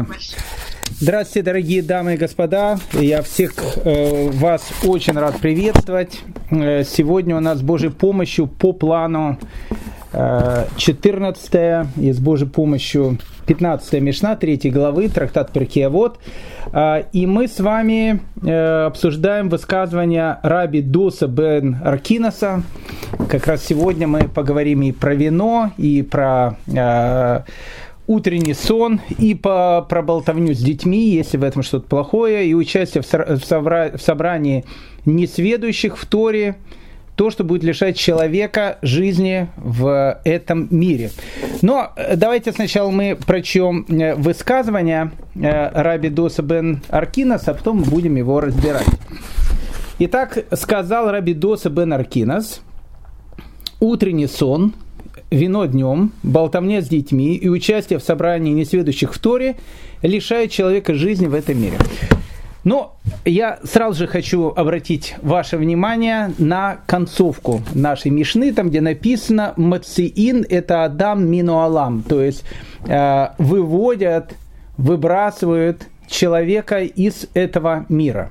Здравствуйте. Здравствуйте, дорогие дамы и господа. Я всех вас очень рад приветствовать. Сегодня у нас с Божьей помощью по плану 14 и с Божьей помощью 15 Мишна, 3 главы, трактат Перкей Авот. И мы с вами обсуждаем высказывания раби Доса бен Аркинаса. Как раз сегодня мы поговорим и про вино, и про утренний сон, и про болтовню с детьми, если в этом что-то плохое, и участие в собрании несведущих в Торе, то, что будет лишать человека жизни в этом мире. Но давайте сначала мы прочтем высказывание раби Доса бен Аркинаса, а потом будем его разбирать. Итак, сказал раби Доса бен Аркинас: утренний сон, вино днем, болтовня с детьми и участие в собрании несведущих в Торе лишает человека жизни в этом мире. Но я сразу же хочу обратить ваше внимание на концовку нашей Мишны, там где написано «Мациин» – это «Адам мину алам», то есть выводят, выбрасывают человека из этого мира.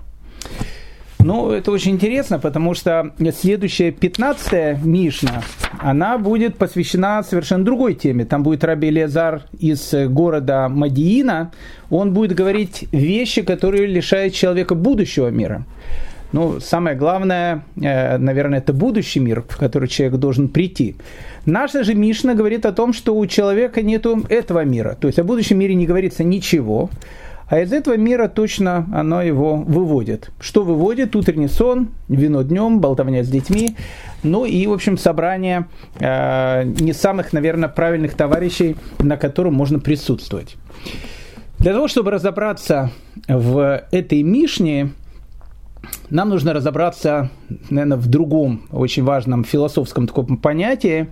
Ну, это очень интересно, потому что следующая 15-я Мишна, она будет посвящена совершенно другой теме. Там будет раби Элиазар из города Мадиина. Он будет говорить вещи, которые лишают человека будущего мира. Ну, самое главное, наверное, это будущий мир, в который человек должен прийти. Наша же Мишна говорит о том, что у человека нету этого мира. То есть о будущем мире не говорится ничего. А из этого мира точно оно его выводит. Что выводит? Утренний сон, вино днем, болтовня с детьми. Ну и, в общем, собрание не самых, наверное, правильных товарищей, на котором можно присутствовать. Для того, чтобы разобраться в этой Мишне, нам нужно разобраться, наверное, в другом очень важном философском таком понятии,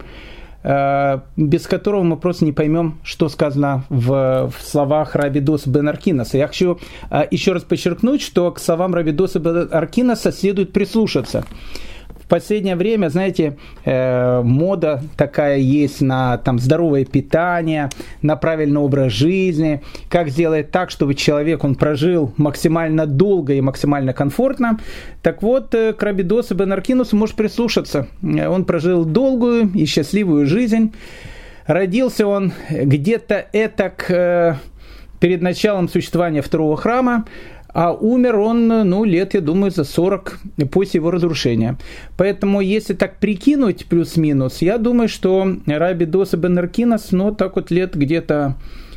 без которого мы просто не поймем, что сказано в словах раби Доса бен Аркинаса. Я хочу еще раз подчеркнуть, что к словам раби Доса бен Аркинаса следует прислушаться. В последнее время, знаете, мода такая есть на здоровое питание, на правильный образ жизни, как сделать так, чтобы человек он прожил максимально долго и максимально комфортно. Так вот, к раби Досу бен Аркинасу можешь прислушаться. Он прожил долгую и счастливую жизнь. Родился он где-то перед началом существования второго храма, а умер он, лет, я думаю, за 40 после его разрушения. Поэтому, если так прикинуть плюс-минус, я думаю, что раби Доса бен Аркинас, так вот лет где-то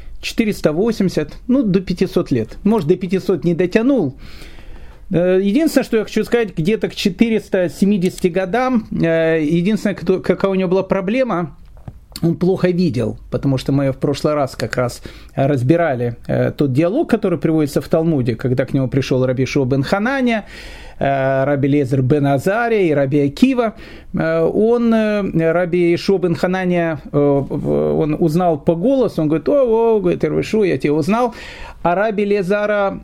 480, до 500 лет. Может, до 500 не дотянул. Единственное, что я хочу сказать, где-то к 470 годам, единственное, какая у него была проблема, он плохо видел, потому что мы в прошлый раз как раз разбирали тот диалог, который приводится в Талмуде, когда к нему пришел раби Йошуа бен Хананя, раби Элиэзер бен Азария и раби Акива. Раби Йошуа бен Хананя, он узнал по голосу, он говорит: говорит, раби Йошуа, я тебя узнал. А раби Элиэзара,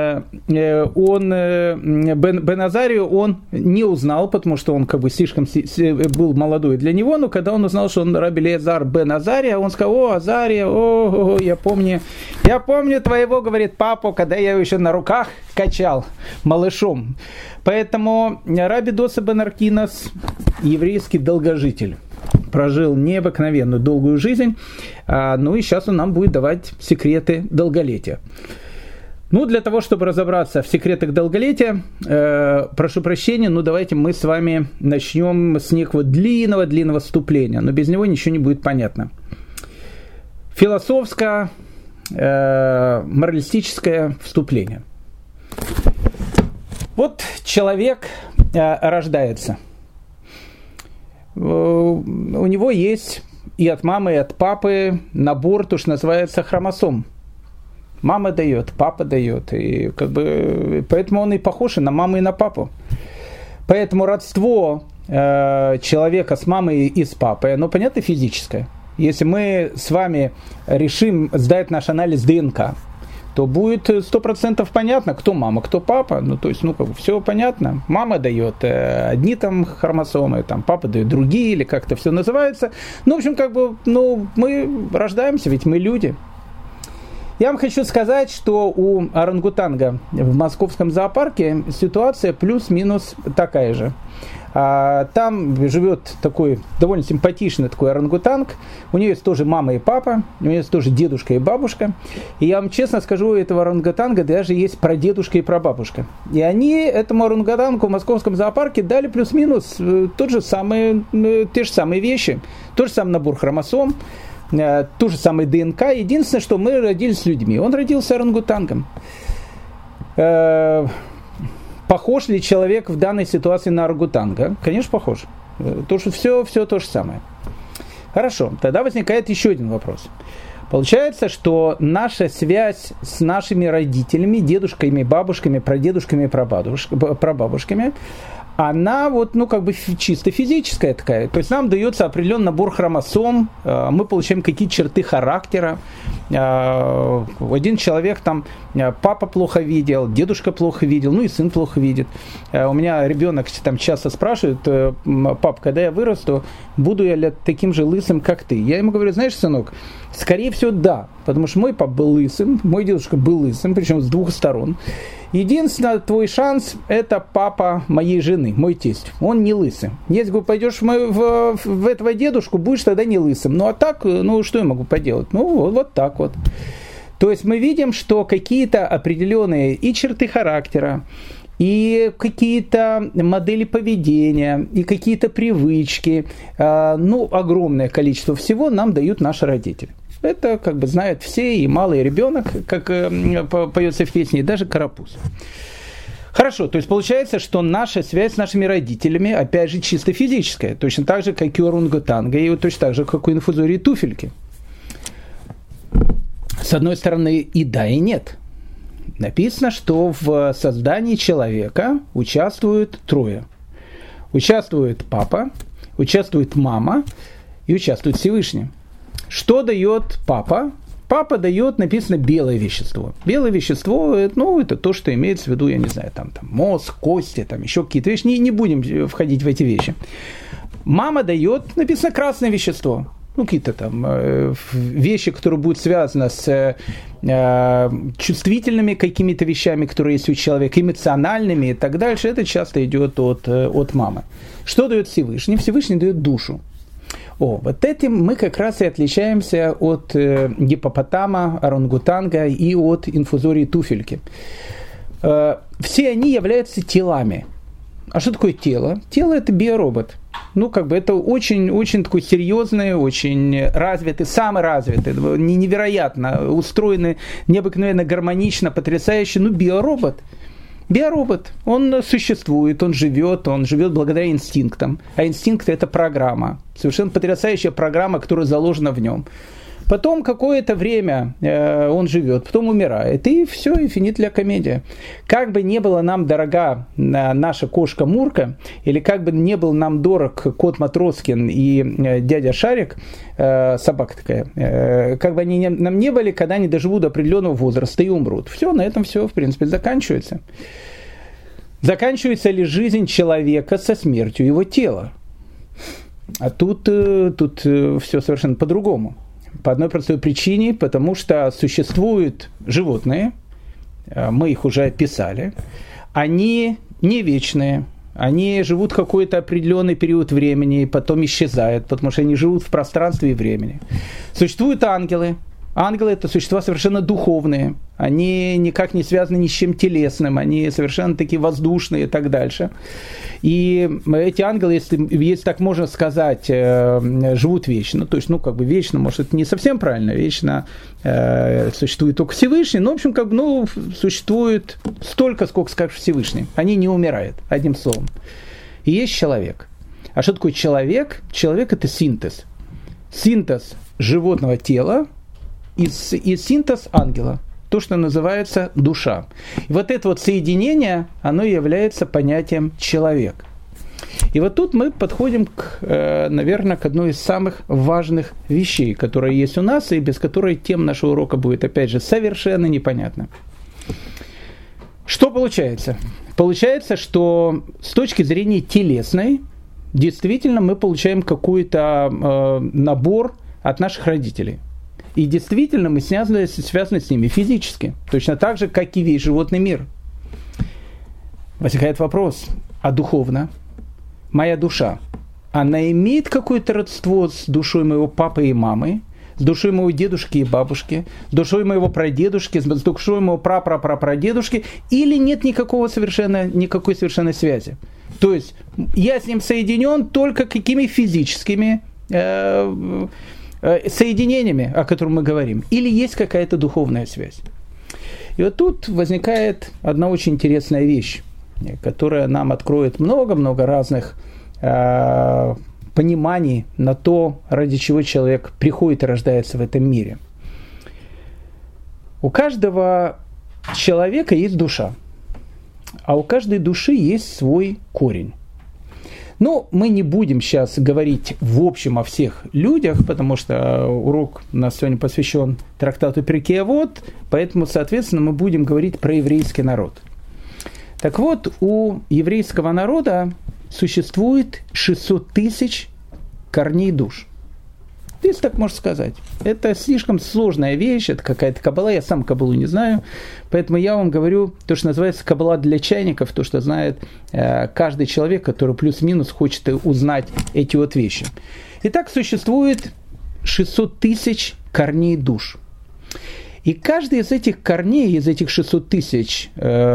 бен Азарию, он не узнал, потому что он слишком был молодой для него, но когда он узнал, что он раби Элиэзар бен Азария, он сказал: Азария, я помню твоего, говорит, папу, когда я его еще на руках качал малышом. Поэтому раби Доса бен Аркинас, еврейский долгожитель, прожил необыкновенную долгую жизнь, и сейчас он нам будет давать секреты долголетия. Для того, чтобы разобраться в секретах долголетия, прошу прощения, давайте мы с вами начнем с некого длинного вступления, но без него ничего не будет понятно. Философское, моралистическое вступление. Вот человек рождается. У него есть и от мамы, и от папы набор, то, что называется, хромосом. Мама дает, папа дает. И поэтому он и похож и на маму, и на папу. Поэтому родство человека с мамой и с папой, оно, понятно, физическое. Если мы с вами решим сдать наш анализ ДНК, то будет 100% понятно, кто мама, кто папа. Все понятно. Мама дает одни хромосомы, папа дает другие, или как-то все называется. Мы рождаемся, ведь мы люди. Я вам хочу сказать, что у орангутанга в московском зоопарке ситуация плюс-минус такая же. Там живет такой довольно симпатичный такой орангутанг. У нее есть тоже мама и папа, у нее есть тоже дедушка и бабушка. И я вам честно скажу, у этого орангутанга даже есть прадедушка и прабабушка. И они этому орангутангу в московском зоопарке дали плюс-минус те же самые вещи. Тот же самый набор хромосом, ту же самую ДНК. Единственное, что мы родились с людьми. Он родился орангутангом. Похож ли человек в данной ситуации на орангутанга? Конечно, похож. То, что все то же самое. Хорошо, тогда возникает еще один вопрос. Получается, что наша связь с нашими родителями, дедушками, бабушками, прадедушками, прабабушками, она чисто физическая такая. То есть нам дается определенный набор хромосом, мы получаем какие-то черты характера. Один человек там, папа плохо видел, дедушка плохо видел, и сын плохо видит. У меня ребенок там часто спрашивает: пап, когда я вырасту, буду я таким же лысым, как ты? Я ему говорю: знаешь, сынок, скорее всего, да, потому что мой папа был лысым, мой дедушка был лысым, причем с двух сторон. Единственный твой шанс – это папа моей жены, мой тесть. Он не лысый. Если пойдешь в этого дедушку, будешь тогда не лысым. А так, что я могу поделать? Вот так вот. То есть мы видим, что какие-то определенные и черты характера, и какие-то модели поведения, и какие-то привычки, огромное количество всего нам дают наши родители. Это знают все, и малый ребенок, как поется в песне, и даже карапуз. Хорошо, то есть получается, что наша связь с нашими родителями, опять же, чисто физическая, точно так же, как и у орангутанга, и точно так же, как у инфузории туфельки. С одной стороны, и да, и нет. Написано, что в создании человека участвуют трое. Участвует папа, участвует мама и участвует Всевышний. Что дает папа? Папа дает, написано, белое вещество. Белое вещество, это то, что имеется в виду, я не знаю, там мозг, кости, там еще какие-то вещи. Не будем входить в эти вещи. Мама дает, написано, красное вещество. Какие-то там вещи, которые будут связаны с чувствительными какими-то вещами, которые есть у человека, эмоциональными и так дальше. Это часто идет от мамы. Что дает Всевышний? Всевышний дает душу. Вот этим мы как раз и отличаемся от гиппопотама, орангутанга и от инфузории туфельки. Все они являются телами. А что такое тело? Тело – это биоробот. Это очень такой серьезный, очень развитый, самый развитый, невероятно устроенный, необыкновенно гармонично, потрясающий, биоробот. Биоробот, он существует, он живет благодаря инстинктам. А инстинкт – это программа, совершенно потрясающая программа, которая заложена в нем. Потом какое-то время он живет, потом умирает, и все, и финит ля комедия. Как бы не была нам дорога наша кошка Мурка, или как бы не был нам дорог кот Матроскин и дядя Шарик, собака такая, как бы они нам не были, когда они доживут до определенного возраста и умрут. Все, на этом все, в принципе, заканчивается. Заканчивается ли жизнь человека со смертью его тела? А тут все совершенно по-другому. По одной простой причине, потому что существуют животные, мы их уже описали, они не вечные, они живут какой-то определенный период времени, потом исчезают, потому что они живут в пространстве и времени. Существуют ангелы. Ангелы – это существа совершенно духовные, они никак не связаны ни с чем телесным, они совершенно такие воздушные и так дальше. И эти ангелы, если так можно сказать, живут вечно. То есть, вечно, может, это не совсем правильно, вечно существует только Всевышний, но, в общем, существует столько, сколько скажет Всевышний. Они не умирают, одним словом. И есть человек. А что такое человек? Человек – это синтез. Синтез животного тела и синтез ангела. То, что называется душа. И вот это соединение, оно является понятием человек. И тут мы подходим, наверное, к одной из самых важных вещей, которые есть у нас, и без которой тема нашего урока будет, опять же, совершенно непонятна. Что получается? Получается, что с точки зрения телесной, действительно мы получаем какой-то набор от наших родителей. И действительно мы связаны с ними физически, точно так же, как и весь животный мир. Возникает вопрос, а духовно? Моя душа, она имеет какое-то родство с душой моего папы и мамы, с душой моего дедушки и бабушки, с душой моего прадедушки, с душой моего прапрапрапрадедушки, или нет никакой совершенной связи? То есть я с ним соединен только какими физическими соединениями, о которых мы говорим, или есть какая-то духовная связь? И вот тут возникает одна очень интересная вещь, которая нам откроет много-много разных пониманий на то, ради чего человек приходит и рождается в этом мире. У каждого человека есть душа, а у каждой души есть свой корень. Но мы не будем сейчас говорить в общем о всех людях, потому что урок у нас сегодня посвящен трактату Перкей Авот, поэтому, соответственно, мы будем говорить про еврейский народ. Так вот, у еврейского народа существует 600 тысяч корней душ. Если так можно сказать. Это слишком сложная вещь, это какая-то каббала, я сам каббалу не знаю, поэтому я вам говорю то, что называется каббала для чайников, то, что знает каждый человек, который плюс-минус хочет узнать эти вот вещи. Итак, существует 600 тысяч корней душ. И каждый из этих корней, из этих 600 тысяч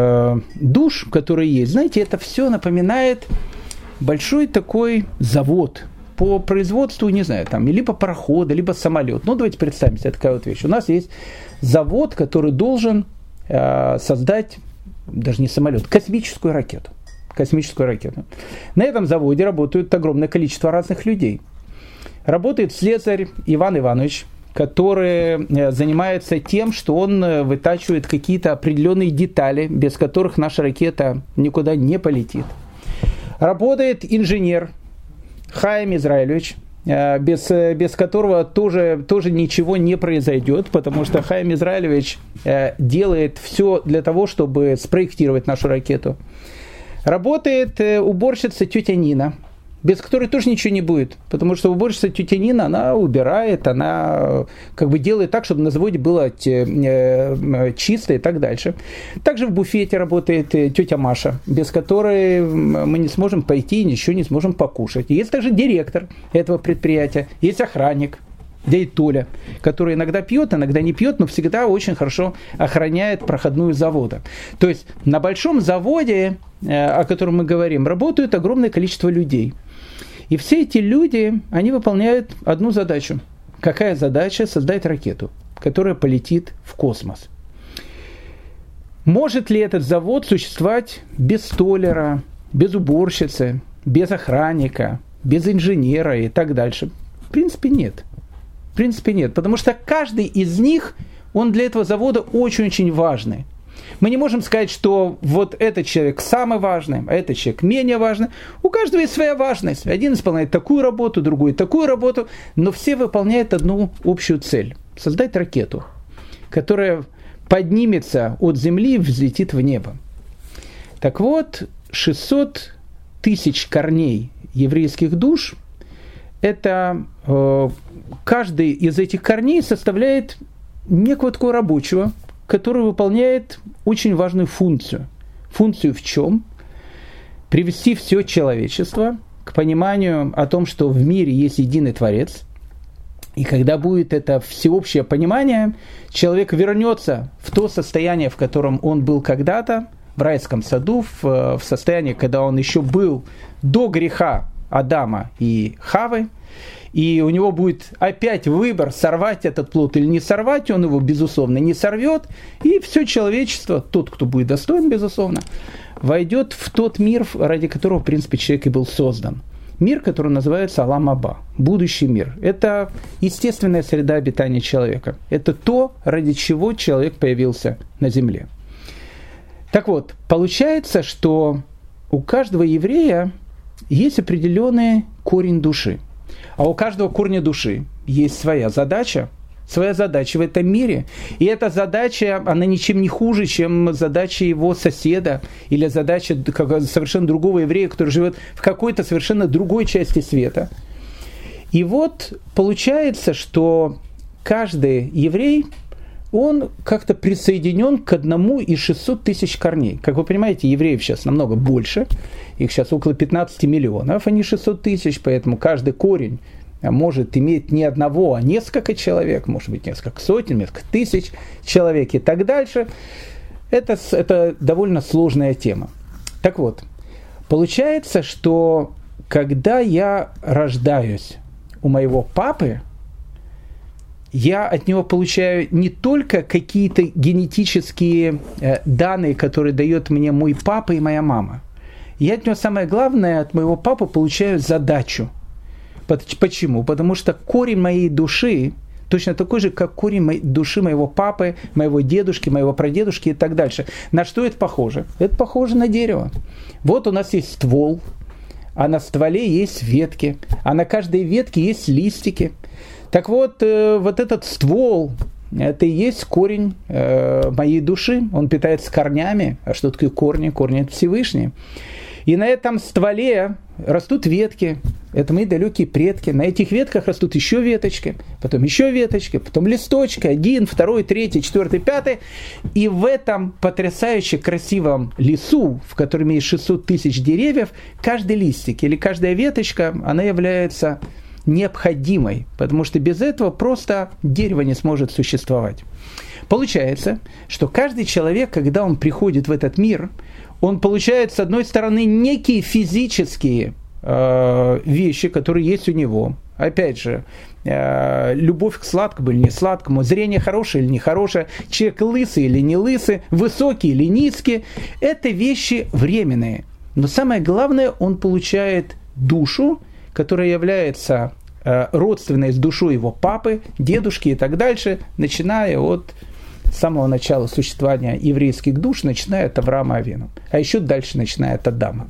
душ, которые есть, знаете, это все напоминает большой такой завод по производству, не знаю, там, либо парохода, либо самолет. Ну, давайте представим себе такая вот вещь. У нас есть завод, который должен создать, даже не самолет, космическую ракету. Космическую ракету. На этом заводе работает огромное количество разных людей. Работает слесарь Иван Иванович, который занимается тем, что он вытачивает какие-то определенные детали, без которых наша ракета никуда не полетит. Работает инженер Хаим Израилевич, без которого тоже ничего не произойдет, потому что Хаим Израилевич делает все для того, чтобы спроектировать нашу ракету. Работает уборщица тетя Нина, без которой тоже ничего не будет, потому что уборщица тетя Нина, она убирает, она как бы делает так, чтобы на заводе было чисто и так дальше. Также в буфете работает тетя Маша, без которой мы не сможем пойти, ничего не сможем покушать. Есть также директор этого предприятия, есть охранник, дядя Толя, который иногда пьет, иногда не пьет, но всегда очень хорошо охраняет проходную завода. То есть на большом заводе, о котором мы говорим, работает огромное количество людей. И все эти люди, они выполняют одну задачу. Какая задача? Создать ракету, которая полетит в космос. Может ли этот завод существовать без столяра, без уборщицы, без охранника, без инженера и так дальше? В принципе, нет. В принципе, нет. Потому что каждый из них, он для этого завода очень-очень важный. Мы не можем сказать, что вот этот человек самый важный, а этот человек менее важный. У каждого есть своя важность. Один исполняет такую работу, другой такую работу, но все выполняют одну общую цель – создать ракету, которая поднимется от Земли и взлетит в небо. Так вот, 600 тысяч корней еврейских душ – это каждый из этих корней составляет некого такого рабочего, который выполняет очень важную функцию. Функцию в чем? Привести все человечество к пониманию о том, что в мире есть единый Творец. И когда будет это всеобщее понимание, человек вернется в то состояние, в котором он был когда-то, в райском саду, в состоянии, когда он еще был до греха Адама и Хавы. И у него будет опять выбор, сорвать этот плод или не сорвать, он его, безусловно, не сорвет, и все человечество, тот, кто будет достоин, безусловно, войдет в тот мир, ради которого, в принципе, человек и был создан. Мир, который называется Алам Аба, будущий мир. Это естественная среда обитания человека. Это то, ради чего человек появился на земле. Так вот, получается, что у каждого еврея есть определенный корень души. А у каждого корня души есть своя задача в этом мире. И эта задача, она ничем не хуже, чем задача его соседа или задача совершенно другого еврея, который живет в какой-то совершенно другой части света. И вот получается, что каждый еврей, он как-то присоединен к одному из 600 тысяч корней. Как вы понимаете, евреев сейчас намного больше, их сейчас около 15 миллионов, а не 600 тысяч, поэтому каждый корень может иметь не одного, а несколько человек, может быть, несколько сотен, несколько тысяч человек и так дальше. Это довольно сложная тема. Так вот, получается, что когда я рождаюсь у моего папы, я от него получаю не только какие-то генетические данные, которые дает мне мой папа и моя мама. Я от него, самое главное, от моего папы получаю задачу. Почему? Потому что корень моей души точно такой же, как корень души моего папы, моего дедушки, моего прадедушки и так дальше. На что это похоже? Это похоже на дерево. Вот у нас есть ствол, а на стволе есть ветки, а на каждой ветке есть листики. Так вот, вот этот ствол, это и есть корень моей души, он питается корнями. А что такое корни? Корни – это Всевышний. И на этом стволе растут ветки, это мои далекие предки. На этих ветках растут еще веточки, потом листочки, 1, 2, 3, 4, 5. И в этом потрясающе красивом лесу, в котором есть 600 тысяч деревьев, каждый листик или каждая веточка, она является необходимой, потому что без этого просто дерево не сможет существовать. Получается, что каждый человек, когда он приходит в этот мир, он получает, с одной стороны, некие физические вещи, которые есть у него. Опять же, любовь к сладкому или не сладкому, зрение хорошее или нехорошее, человек лысый или не лысый, высокий или низкий. Это вещи временные. Но самое главное, он получает душу, которая является родственной с душой его папы, дедушки и так дальше, начиная от самого начала существования еврейских душ, начиная от Авраама Авину, а еще дальше начиная от Адама.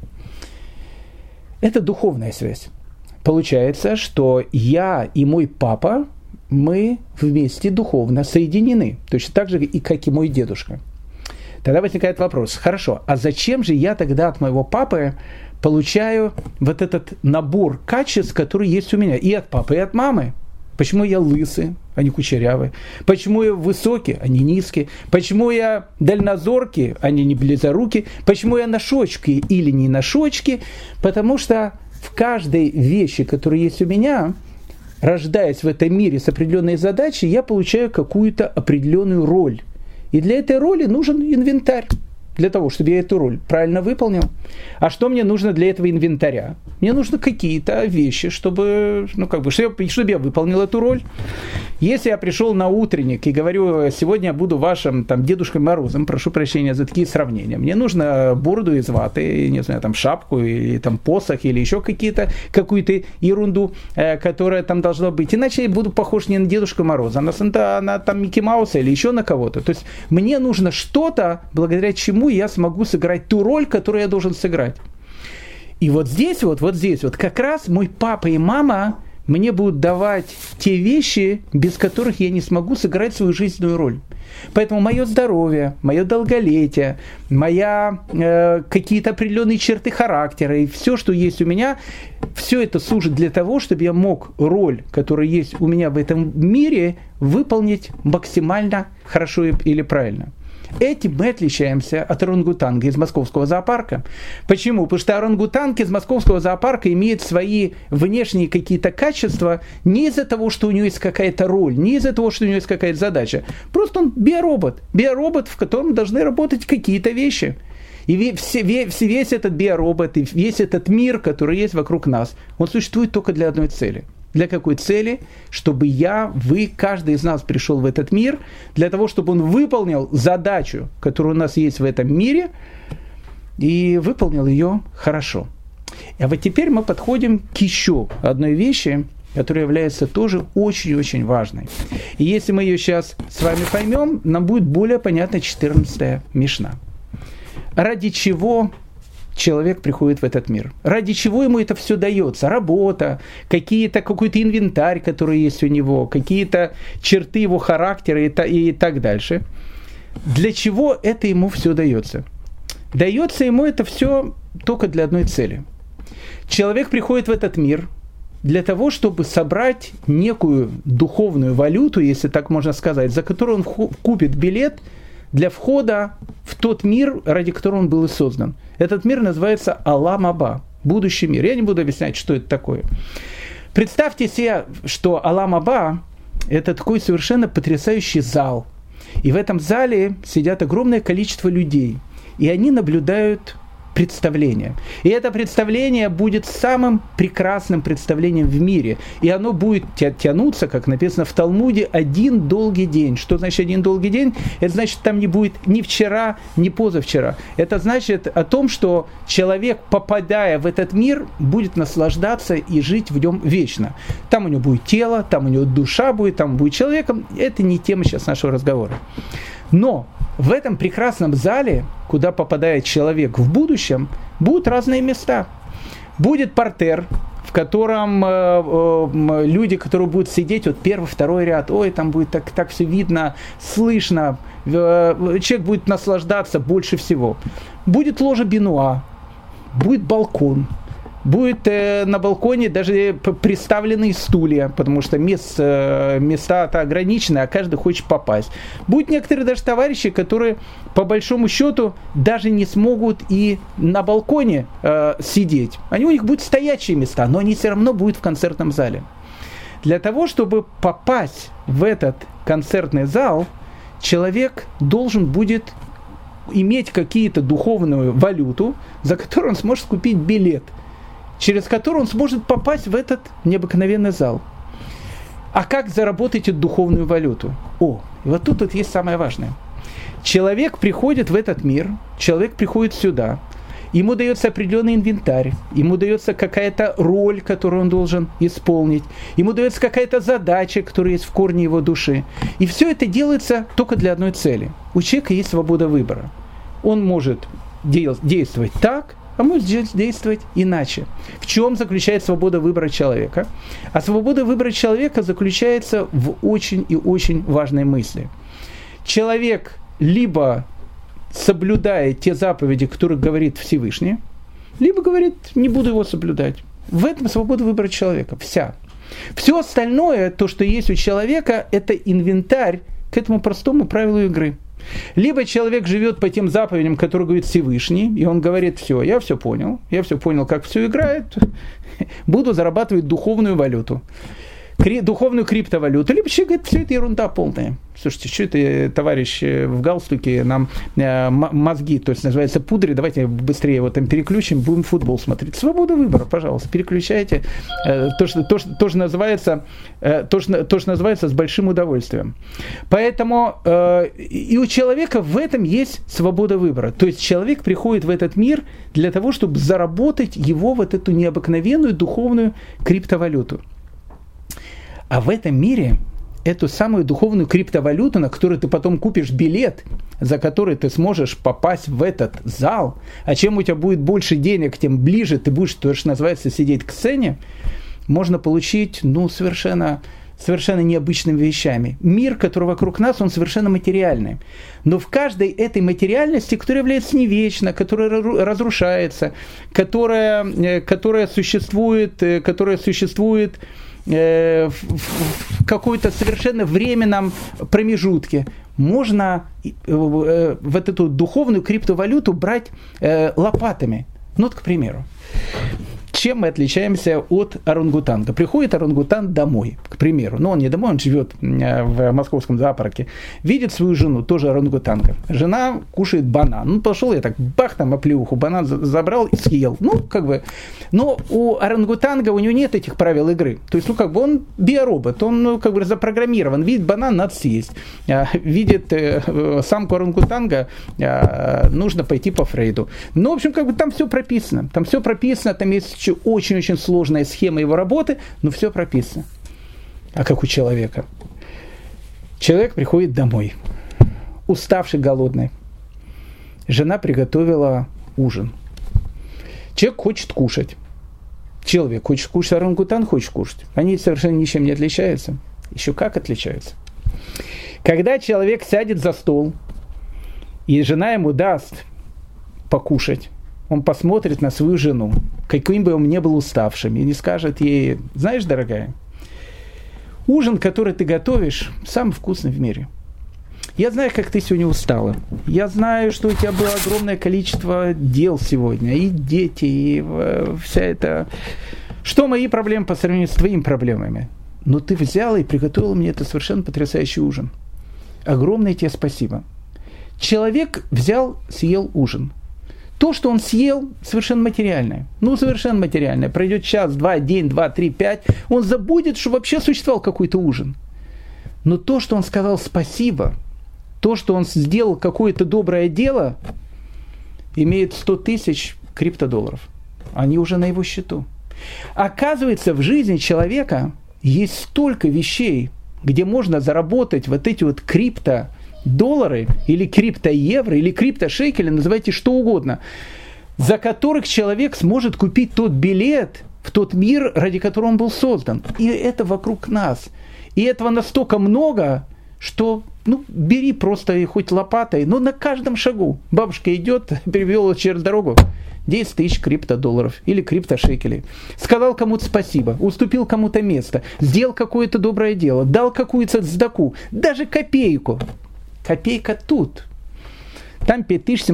Это духовная связь. Получается, что я и мой папа, мы вместе духовно соединены, точно так же, как и мой дедушка. Тогда возникает вопрос, хорошо, а зачем же я тогда от моего папы получаю вот этот набор качеств, которые есть у меня, и от папы, и от мамы? Почему я лысый, а не кучерявый? Почему я высокий, а не низкий? Почему я дальнозоркий, а не близорукий? Почему я на шочке или не на шочке? Потому что в каждой вещи, которая есть у меня, рождаясь в этом мире с определенной задачей, я получаю какую-то определенную роль. И для этой роли нужен инвентарь. Для того, чтобы я эту роль правильно выполнил. А что мне нужно для этого инвентаря? Мне нужны какие-то вещи, чтобы я выполнил эту роль. Если я пришел на утренник и говорю, сегодня я буду вашим Дедушкой Морозом, прошу прощения за такие сравнения, мне нужно бороду из ваты, не знаю, шапку или посох или еще какую-то ерунду, которая там должна быть. Иначе я буду похож не на Дедушку Мороза, а на Микки Мауса или еще на кого-то. То есть мне нужно что-то, благодаря чему я смогу сыграть ту роль, которую я должен сыграть. И вот здесь как раз мой папа и мама мне будут давать те вещи, без которых я не смогу сыграть свою жизненную роль. Поэтому мое здоровье, мое долголетие, какие-то определенные черты характера и все, что есть у меня, все это служит для того, чтобы я мог роль, которая есть у меня в этом мире, выполнить максимально хорошо или правильно. Этим мы отличаемся от орангутанга из московского зоопарка. Почему? Потому что орангутанг из московского зоопарка имеет свои внешние какие-то качества не из-за того, что у него есть какая-то роль, не из-за того, что у него есть какая-то задача. Просто он биоробот. Биоробот, в котором должны работать какие-то вещи. И весь этот биоробот, и весь этот мир, который есть вокруг нас, он существует только для одной цели. Для какой цели? Чтобы вы, каждый из нас пришел в этот мир, для того, чтобы он выполнил задачу, которая у нас есть в этом мире, и выполнил ее хорошо. А вот теперь мы подходим к еще одной вещи, которая является тоже очень-очень важной. И если мы ее сейчас с вами поймем, нам будет более понятна 14-я Мишна. Ради чего человек приходит в этот мир? Ради чего ему это все дается? Работа, какой-то инвентарь, который есть у него, какие-то черты его характера и так дальше. Для чего это ему все дается? Дается ему это все только для одной цели. Человек приходит в этот мир для того, чтобы собрать некую духовную валюту, если так можно сказать, за которую он купит билет для входа в тот мир, ради которого он был и создан. Этот мир называется Алам Аба, будущий мир. Я не буду объяснять, что это такое. Представьте себе, что Алам Аба – это такой совершенно потрясающий зал. И в этом зале сидят огромное количество людей. И они наблюдают представление. И это представление будет самым прекрасным представлением в мире. И оно будет тянуться, как написано в Талмуде, один долгий день. Что значит один долгий день? Это значит, там не будет ни вчера, ни позавчера. Это значит о том, что человек, попадая в этот мир, будет наслаждаться и жить в нем вечно. Там у него будет тело, там у него душа будет, там он будет человеком. Это не тема сейчас нашего разговора. Но в этом прекрасном зале, куда попадает человек в будущем, будут разные места. Будет партер, в котором люди, которые будут сидеть, вот первый, второй ряд, ой, там будет так все видно, слышно, человек будет наслаждаться больше всего. Будет ложа Бенуа, будет балкон. Будет на балконе даже приставленные стулья, потому что места-то ограничены, а каждый хочет попасть. Будут некоторые даже товарищи, которые по большому счету даже не смогут и на балконе сидеть. У них будут стоячие места, но они все равно будут в концертном зале. Для того, чтобы попасть в этот концертный зал, человек должен будет иметь какие-то духовную валюту, за которую он сможет купить билет, через который он сможет попасть в этот необыкновенный зал. А как заработать эту духовную валюту? И вот тут есть самое важное. Человек приходит в этот мир, человек приходит сюда, ему дается определенный инвентарь, ему дается какая-то роль, которую он должен исполнить, ему дается какая-то задача, которая есть в корне его души. И все это делается только для одной цели. У человека есть свобода выбора. Он может действовать так, а может действовать иначе. В чем заключается свобода выбора человека? А свобода выбора человека заключается в очень и очень важной мысли. Человек либо соблюдает те заповеди, которые говорит Всевышний, либо говорит, не буду его соблюдать. В этом свобода выбора человека. Вся. Все остальное, то, что есть у человека, это инвентарь к этому простому правилу игры. Либо человек живет по тем заповедям, которые говорит Всевышний, и он говорит, все, я все понял, как все играет, буду зарабатывать духовную валюту, духовную криптовалюту. Либо человек говорит, все это ерунда полная. Слушайте, что это, товарищ в галстуке, нам мозги, то есть называется пудри, давайте быстрее его там переключим, будем футбол смотреть. Свобода выбора, пожалуйста, переключайте. То, что называется с большим удовольствием. Поэтому и у человека в этом есть свобода выбора. То есть человек приходит в этот мир для того, чтобы заработать его вот эту необыкновенную духовную криптовалюту. А в этом мире эту самую духовную криптовалюту, на которую ты потом купишь билет, за который ты сможешь попасть в этот зал, а чем у тебя будет больше денег, тем ближе ты будешь, то, что называется, сидеть к сцене, можно получить, совершенно необычными вещами. Мир, который вокруг нас, он совершенно материальный. Но в каждой этой материальности, которая является не вечна, которая разрушается, которая существует в какой-то совершенно временном промежутке, можно вот эту духовную криптовалюту брать лопатами. К примеру. Чем мы отличаемся от орангутанга? Приходит орангутан домой, к примеру. Он не домой, он живет в московском зоопарке. Видит свою жену, тоже орангутанга. Жена кушает банан. Пошел я так, бах, там оплеуху, банан забрал и съел. Но у орангутанга, у него нет этих правил игры. То есть, он биоробот, он запрограммирован. Видит банан, надо съесть. Видит самку орангутанга, нужно пойти по Фрейду. В общем, там все прописано. Там есть очень-очень сложная схема его работы, но все прописано. А как у человека? Человек приходит домой, уставший, голодный. Жена приготовила ужин. Человек хочет кушать. Человек хочет кушать, орангутан хочет кушать. Они совершенно ничем не отличаются. Еще как отличаются. Когда человек сядет за стол, и жена ему даст покушать, он посмотрит на свою жену, каким бы он ни был уставшим, и не скажет ей: знаешь, дорогая, ужин, который ты готовишь, самый вкусный в мире. Я знаю, как ты сегодня устала. Я знаю, что у тебя было огромное количество дел сегодня, и дети, и вся эта... Что мои проблемы по сравнению с твоими проблемами? Но ты взяла и приготовила мне это совершенно потрясающий ужин. Огромное тебе спасибо. Человек взял, съел ужин. То, что он съел, совершенно материальное. Ну, совершенно материальное. Пройдет час, два, день, два, три, пять. Он забудет, что вообще существовал какой-то ужин. Но то, что он сказал спасибо, то, что он сделал какое-то доброе дело, имеет 100 тысяч криптодолларов. Они уже на его счету. Оказывается, в жизни человека есть столько вещей, где можно заработать вот эти вот криптодоллары, или криптоевро, или криптошекели, называйте что угодно, за которых человек сможет купить тот билет в тот мир, ради которого он был создан. И это вокруг нас. И этого настолько много, что, бери просто хоть лопатой, но на каждом шагу. Бабушка идет, перевела через дорогу 10 тысяч криптодолларов или криптошекелей. Сказал кому-то спасибо, уступил кому-то место, сделал какое-то доброе дело, дал какую-то цдаку, даже копейку. Копейка тут. Там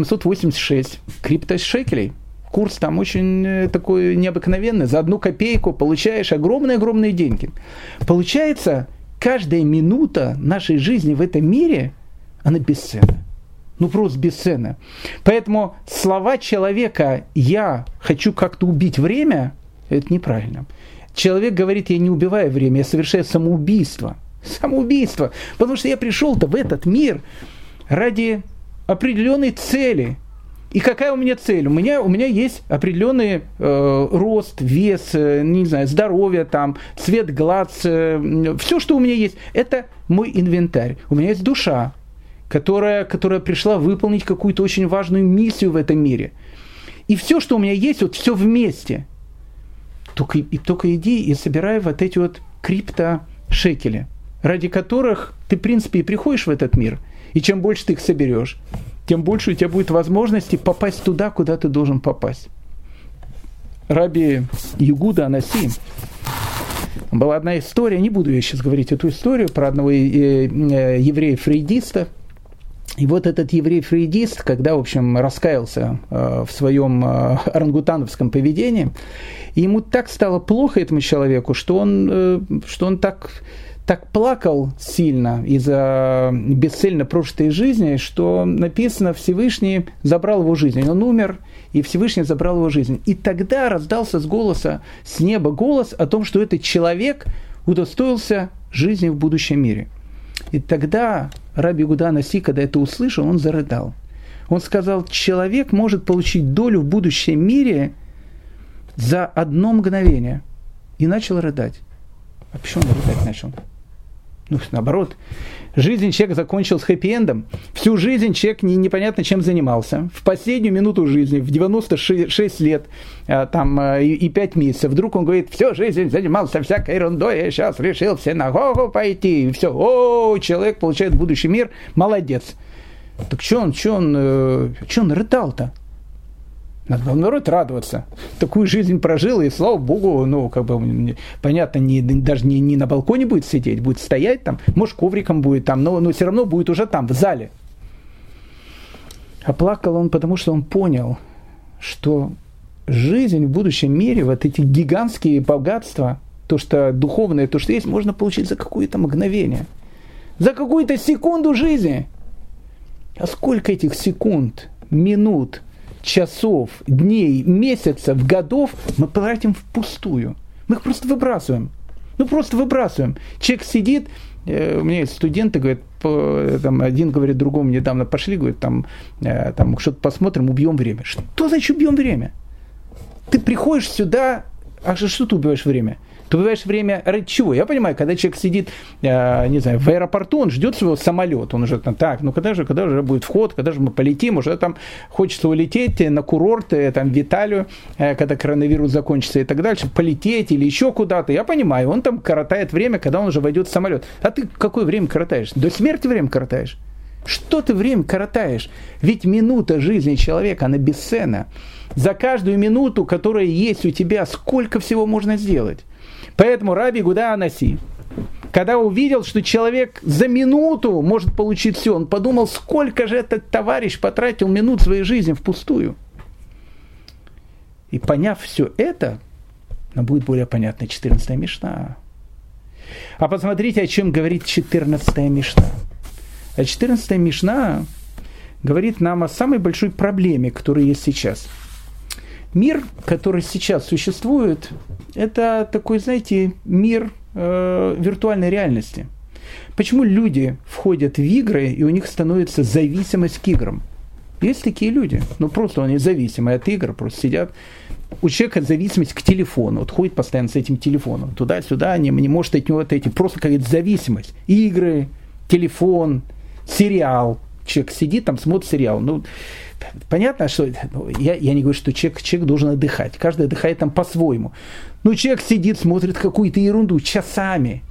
5786 криптошекелей. Курс там очень такой необыкновенный. За 1 копейку получаешь огромные-огромные деньги. Получается, каждая минута нашей жизни в этом мире, она бесценна. Просто бесценна. Поэтому слова человека «я хочу как-то убить время» – это неправильно. Человек говорит: я не убиваю время, я совершаю самоубийство. Самоубийство. Потому что я пришел-то в этот мир ради определенной цели. И какая у меня цель? У меня есть определенный рост, вес, не знаю, здоровье, там, цвет глаз, все, что у меня есть, это мой инвентарь. У меня есть душа, которая пришла выполнить какую-то очень важную миссию в этом мире. И все, что у меня есть, вот все вместе. Только иди и собирай вот эти вот криптошекели, ради которых ты, в принципе, и приходишь в этот мир. И чем больше ты их соберешь, тем больше у тебя будет возможности попасть туда, куда ты должен попасть. Раби Ягуда Анаси, была одна история, не буду я сейчас говорить эту историю, про одного еврея-фрейдиста. И вот этот еврей-фрейдист, когда, в общем, раскаялся в своем орангутановском поведении, ему так стало плохо, этому человеку, что он так плакал сильно из-за бесцельно прожитой жизни, что написано, Всевышний забрал его жизнь. Он умер, и Всевышний забрал его жизнь. И тогда раздался с неба голос о том, что этот человек удостоился жизни в будущем мире. И тогда Раби Ягуда Анаси, когда это услышал, он зарыдал. Он сказал: человек может получить долю в будущем мире за одно мгновение. И начал рыдать. А почему он рыдать начал? Наоборот, жизнь человека закончилась хэппи-эндом. Всю жизнь человек непонятно чем занимался. В последнюю минуту жизни, в 96 лет и 5 месяцев, вдруг он говорит: всю жизнь занимался всякой ерундой, я сейчас решил в синагогу пойти. И все, человек получает будущий мир, молодец. Так что он рыдал-то? Надо было, наоборот, радоваться. Такую жизнь прожил, и, слава Богу, понятно, даже не на балконе будет сидеть, будет стоять там, может, ковриком будет там, но все равно будет уже там, в зале. А плакал он, потому что он понял, что жизнь в будущем мире, вот эти гигантские богатства, то, что духовное, то, что есть, можно получить за какое-то мгновение, за какую-то секунду жизни. А сколько этих секунд, минут, часов, дней, месяцев, годов мы тратим впустую. Мы их просто выбрасываем. Просто выбрасываем. Человек сидит, у меня есть студенты, говорят, один говорит другому недавно, пошли, говорит, там что-то посмотрим, убьем время. Что значит убьем время? Ты приходишь сюда, а что ты убиваешь время? Ты убиваешь время ради чего? Я понимаю, когда человек сидит, не знаю, в аэропорту, он ждет своего самолета, он уже когда же будет вход, когда же мы полетим, уже там хочется улететь на курорт, там, в Италию, когда коронавирус закончится и так дальше, полететь или еще куда-то. Я понимаю, он там коротает время, когда он уже войдет в самолет. А ты какое время коротаешь? До смерти время коротаешь? Что ты время коротаешь? Ведь минута жизни человека, она бесценна. За каждую минуту, которая есть у тебя, сколько всего можно сделать. Поэтому Раби Иуда Анаси, когда увидел, что человек за минуту может получить все, он подумал, сколько же этот товарищ потратил минут своей жизни впустую. И поняв все это, нам будет более понятна 14-я Мишна. А посмотрите, о чем говорит 14-я Мишна. А 14-я Мишна говорит нам о самой большой проблеме, которая есть сейчас. Мир, который сейчас существует, это такой, знаете, мир виртуальной реальности. Почему люди входят в игры, и у них становится зависимость к играм? Есть такие люди, просто они зависимы от игр, просто сидят. У человека зависимость к телефону, вот ходит постоянно с этим телефоном, туда-сюда, не может от него отойти, просто какая-то зависимость. Игры, телефон, сериал. Человек сидит там, смотрит сериал. Понятно, что я не говорю, что человек должен отдыхать. Каждый отдыхает там по-своему. Человек сидит, смотрит какую-то ерунду часами.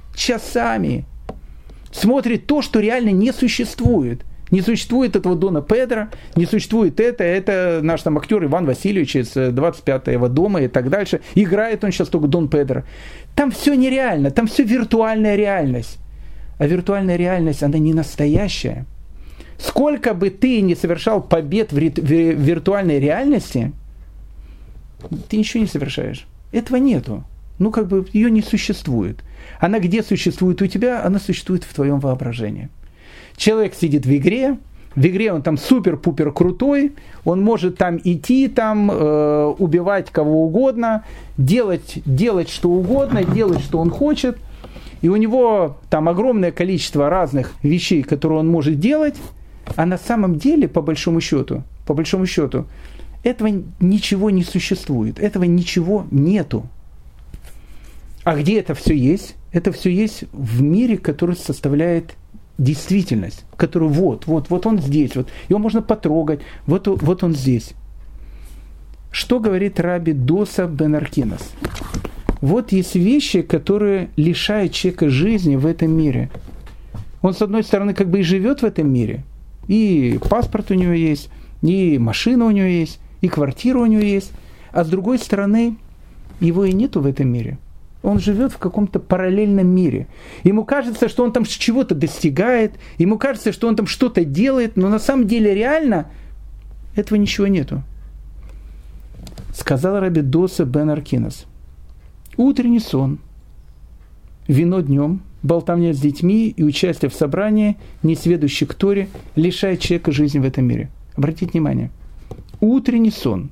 Смотрит то, что реально не существует. Не существует этого Дона Педро, не существует это наш там актер Иван Васильевич из 25-го дома и так дальше. Играет он сейчас только Дон Педро. Там все нереально, там все виртуальная реальность. А виртуальная реальность, она не настоящая. Сколько бы ты ни совершал побед в виртуальной реальности, ты ничего не совершаешь. Этого нету. Ее не существует. Она где существует у тебя, она существует в твоем воображении. Человек сидит в игре он там супер-пупер крутой, он может там идти, убивать кого угодно, делать что угодно, делать, что он хочет. И у него там огромное количество разных вещей, которые он может делать, а на самом деле, по большому счету, этого ничего не существует, этого ничего нету. А где это все есть? Это все есть в мире, который составляет действительность, который вот он здесь, его можно потрогать, вот он здесь. Что говорит Раби Доса бен Аркинас? Вот есть вещи, которые лишают человека жизни в этом мире. Он, с одной стороны, и живет в этом мире, и паспорт у него есть, и машина у него есть, и квартира у него есть, а с другой стороны, его и нету в этом мире. Он живет в каком-то параллельном мире. Ему кажется, что он там чего-то достигает, ему кажется, что он там что-то делает, но на самом деле реально этого ничего нету. Сказал Раби Доса бен Аркинас: утренний сон, вино днем, болтовня с детьми и участие в собрании, несведущий к Торе, лишает человека жизни в этом мире. Обратите внимание. Утренний сон.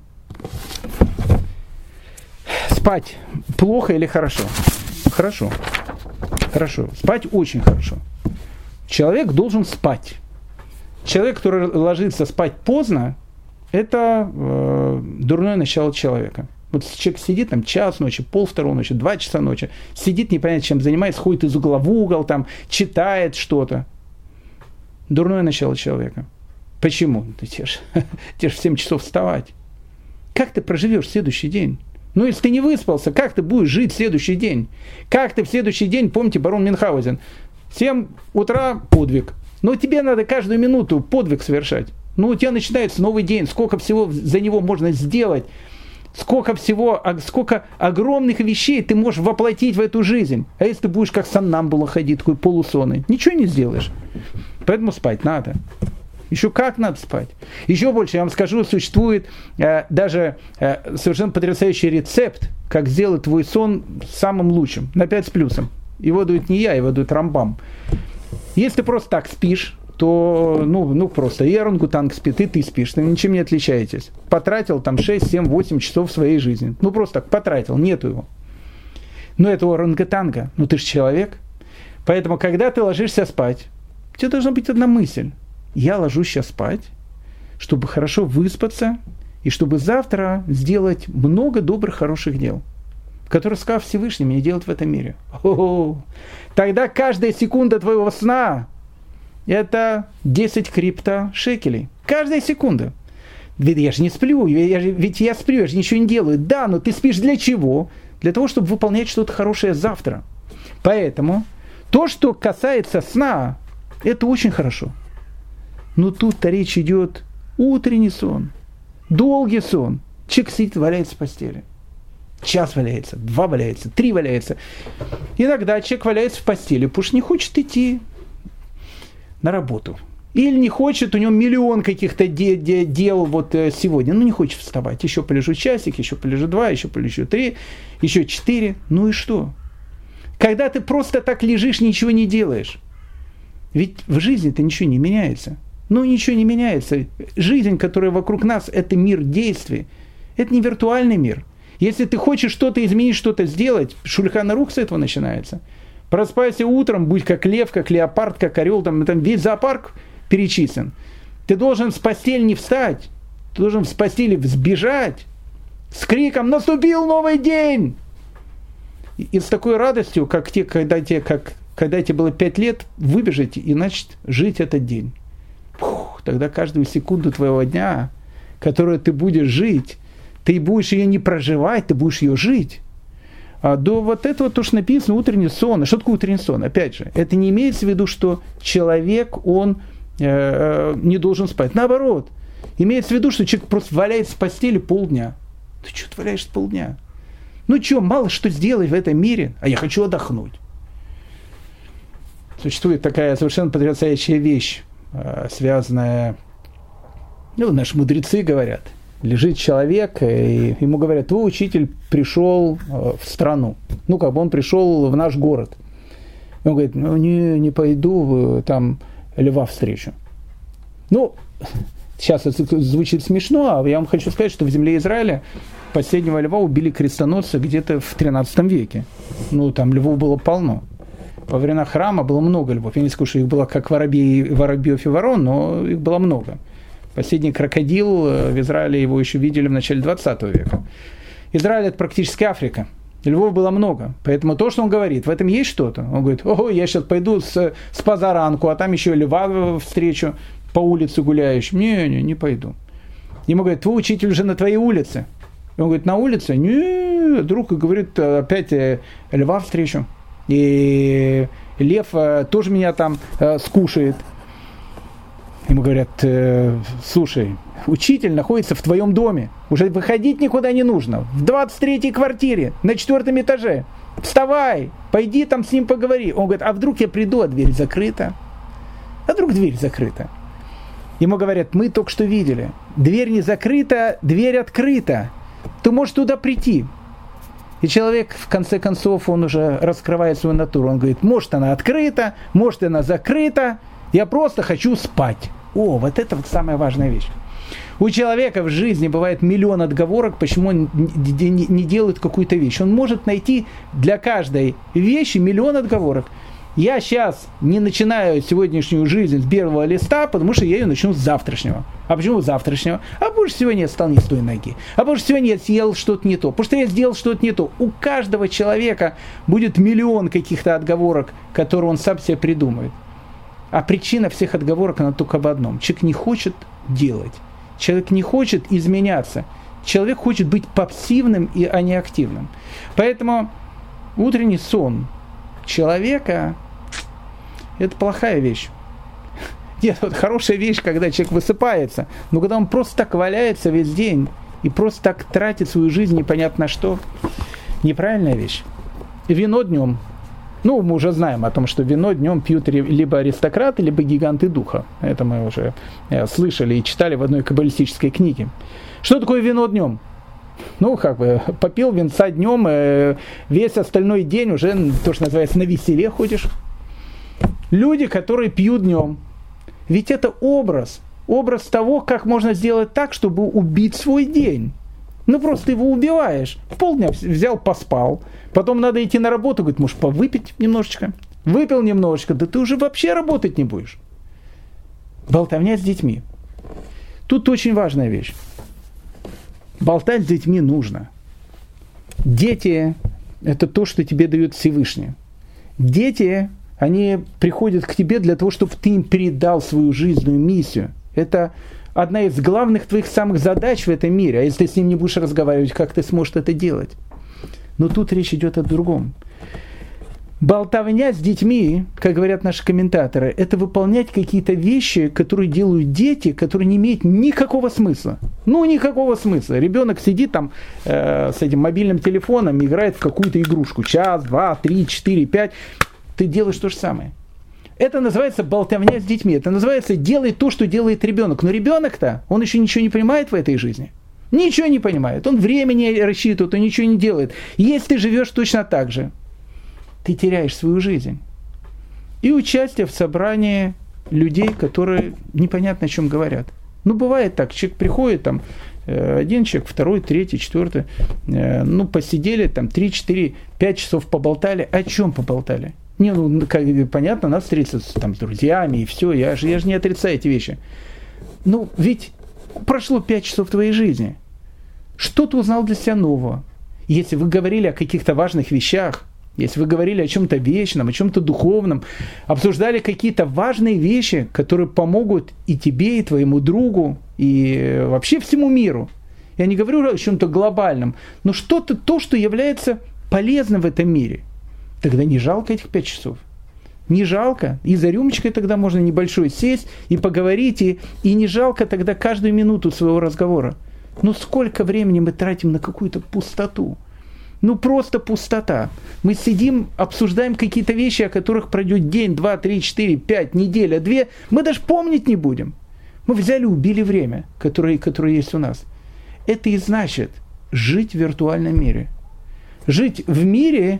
Спать плохо или хорошо? Хорошо. Спать очень хорошо. Человек должен спать. Человек, который ложится спать поздно, это дурное начало человека. Вот человек сидит там час ночи, полвторого ночи, 2 часа ночи, сидит, непонятно чем занимается, ходит из угла в угол, читает что-то. Дурное начало человека. Почему? Тебе же в 7 часов вставать. Как ты проживешь следующий день? Если ты не выспался, как ты будешь жить в следующий день? Как ты в следующий день, помните, барон Мюнхгаузен, 7 утра подвиг. Тебе надо каждую минуту подвиг совершать. У тебя начинается новый день, сколько всего за него можно сделать, сколько огромных вещей ты можешь воплотить в эту жизнь. А если ты будешь как сомнамбула ходить, такой полусонный, ничего не сделаешь. Поэтому спать надо. Еще как надо спать. Еще больше, я вам скажу, существует даже совершенно потрясающий рецепт, как сделать твой сон самым лучшим, на 5 с плюсом. Его дает не я, его дает Рамбам. Если ты просто так спишь, то, просто и орангутанг спит, и ты спишь, ты ничем не отличаетесь. Потратил 6, 7, 8 часов своей жизни. Просто так потратил, нету его. Но это орангутанга, ты же человек. Поэтому, когда ты ложишься спать, у тебя должна быть одна мысль. Я ложусь сейчас спать, чтобы хорошо выспаться, и чтобы завтра сделать много добрых, хороших дел, которые сказал Всевышний мне делать в этом мире. Тогда каждая секунда твоего сна – это 10 криптошекелей. Каждая секунда. Ведь я же не сплю, ведь я сплю, я же ничего не делаю. Да, но ты спишь для чего? Для того, чтобы выполнять что-то хорошее завтра. Поэтому то, что касается сна, это очень хорошо. Но тут-то речь идет утренний сон, долгий сон. Человек сидит, валяется в постели. Час валяется, 2 валяется, 3 валяется. Иногда человек валяется в постели, потому что не хочет идти на работу. Или не хочет, у него миллион каких-то дел вот сегодня. Ну, не хочет вставать. Еще полежу часик, еще полежу 2, еще полежу 3, еще 4. Ну и что? Когда ты просто так лежишь, ничего не делаешь. Ведь в жизни-то ничего не меняется. Ну, ничего не меняется. Жизнь, которая вокруг нас, это мир действий. Это не виртуальный мир. Если ты хочешь что-то изменить, что-то сделать, Шульхан Арух с этого начинается. Проспайся утром, будь как лев, как леопард, как орел, там весь зоопарк перечислен. Ты должен с постели не встать, ты должен с постели сбежать с криком «Наступил новый день!» И с такой радостью, когда тебе было 5 лет, выбежать и начать жить этот день. Тогда каждую секунду твоего дня, которую ты будешь жить, ты будешь ее не проживать, ты будешь ее жить. А до вот этого то, что написано, утренний сон. А что такое утренний сон? Опять же, это не имеется в виду, что человек, он не должен спать. Наоборот, имеется в виду, что человек просто валяется в постели полдня. Ты что ты валяешься полдня? Ну что, мало что сделать в этом мире, а я хочу отдохнуть. Существует такая совершенно потрясающая вещь, связанная, наши мудрецы говорят, лежит человек, и ему говорят, твой учитель пришел в страну. Он пришел в наш город. Он говорит, не пойду, там льва встречу. Сейчас это звучит смешно, а я вам хочу сказать, что в земле Израиля последнего льва убили крестоносцы где-то в 13 веке. Там львов было полно. Во времена храма было много львов. Я не скажу, что их было как воробьев и ворон, но их было много. Последний крокодил в Израиле, его еще видели в начале 20 века. Израиль – это практически Африка. Львов было много. Поэтому то, что он говорит, в этом есть что-то. Он говорит, я сейчас пойду с позаранку, а там еще льва встречу по улице гуляющим. Не пойду. Ему говорят, твой учитель уже на твоей улице. Он говорит, на улице? Не, друг говорит, опять льва встречу. И лев тоже меня там скушает. Ему говорят, слушай, учитель находится в твоем доме. Уже выходить никуда не нужно. В 23-й квартире, на 4-м этаже. Вставай, пойди там с ним поговори. Он говорит, а вдруг я приду, а дверь закрыта? А вдруг дверь закрыта? Ему говорят, мы только что видели. Дверь не закрыта, дверь открыта. Ты можешь туда прийти. И человек, в конце концов, он уже раскрывает свою натуру. Он говорит, может она открыта, может она закрыта. Я просто хочу спать. Вот это вот самая важная вещь. У человека в жизни бывает миллион отговорок, почему он не делает какую-то вещь. Он может найти для каждой вещи миллион отговорок. Я сейчас не начинаю сегодняшнюю жизнь с первого листа, потому что я ее начну с завтрашнего. А почему с завтрашнего? А потому что сегодня я встал не с той ноги. А потому что сегодня я съел что-то не то. Потому что я сделал что-то не то. У каждого человека будет миллион каких-то отговорок, которые он сам себе придумает. А причина всех отговорок, она только в одном. Человек не хочет делать. Человек не хочет изменяться. Человек хочет быть пассивным, а не активным. Поэтому утренний сон человека – это плохая вещь. Нет, вот хорошая вещь, когда человек высыпается. Но когда он просто так валяется весь день и просто так тратит свою жизнь непонятно на что, неправильная вещь. Вино днем. Мы уже знаем о том, что вино днем пьют либо аристократы, либо гиганты духа. Это мы уже слышали и читали в одной каббалистической книге. Что такое вино днем? Попил винца днем, весь остальной день уже, то, что называется, на веселе ходишь. Люди, которые пьют днем. Ведь это образ того, как можно сделать так, чтобы убить свой день. Просто его убиваешь. В полдня взял, поспал. Потом надо идти на работу. Говорит, может, повыпить немножечко? Выпил немножечко. Да ты уже вообще работать не будешь. Болтовня с детьми. Тут очень важная вещь. Болтать с детьми нужно. Дети – это то, что тебе дает Всевышний. Дети, они приходят к тебе для того, чтобы ты им передал свою жизненную миссию. Это одна из главных твоих самых задач в этом мире. А если ты с ним не будешь разговаривать, как ты сможешь это делать? Но тут речь идет о другом. Болтовня с детьми, как говорят наши комментаторы, это выполнять какие-то вещи, которые делают дети, которые не имеют никакого смысла. Ну, никакого смысла. Ребенок сидит там с этим мобильным телефоном, играет в какую-то игрушку. Час, два, 3, 4, 5. Ты делаешь то же самое. Это называется болтовня с детьми. Это называется делай то, что делает ребенок. Но ребенок-то, он еще ничего не понимает в этой жизни. Ничего не понимает. Он времени рассчитывает, он ничего не делает. Если ты живешь точно так же, ты теряешь свою жизнь. И участие в собрании людей, которые непонятно о чем говорят. Ну, бывает так, человек приходит, там, один человек, второй, третий, четвертый, посидели, там, 3, 4, 5 часов поболтали. О чем поболтали? Не, ну, как, понятно, надо встретиться там, с друзьями и все, я же не отрицаю эти вещи. Ну, ведь прошло 5 часов твоей жизни. Что ты узнал для себя нового? Если вы говорили о каких-то важных вещах, если вы говорили о чем-то вечном, о чем-то духовном, обсуждали какие-то важные вещи, которые помогут и тебе, и твоему другу, и вообще всему миру. Я не говорю о чем-то глобальном, но что-то, то, что является полезным в этом мире. Тогда не жалко этих 5 часов. Не жалко. И за рюмочкой тогда можно небольшой сесть и поговорить, и не жалко тогда каждую минуту своего разговора. Но сколько времени мы тратим на какую-то пустоту? Ну, просто пустота. Мы сидим, обсуждаем какие-то вещи, о которых пройдет день, 2, 3, 4, 5, неделя, 2. Мы даже помнить не будем. Мы взяли, убили время, которое есть у нас. Это и значит жить в виртуальном мире. Жить в мире,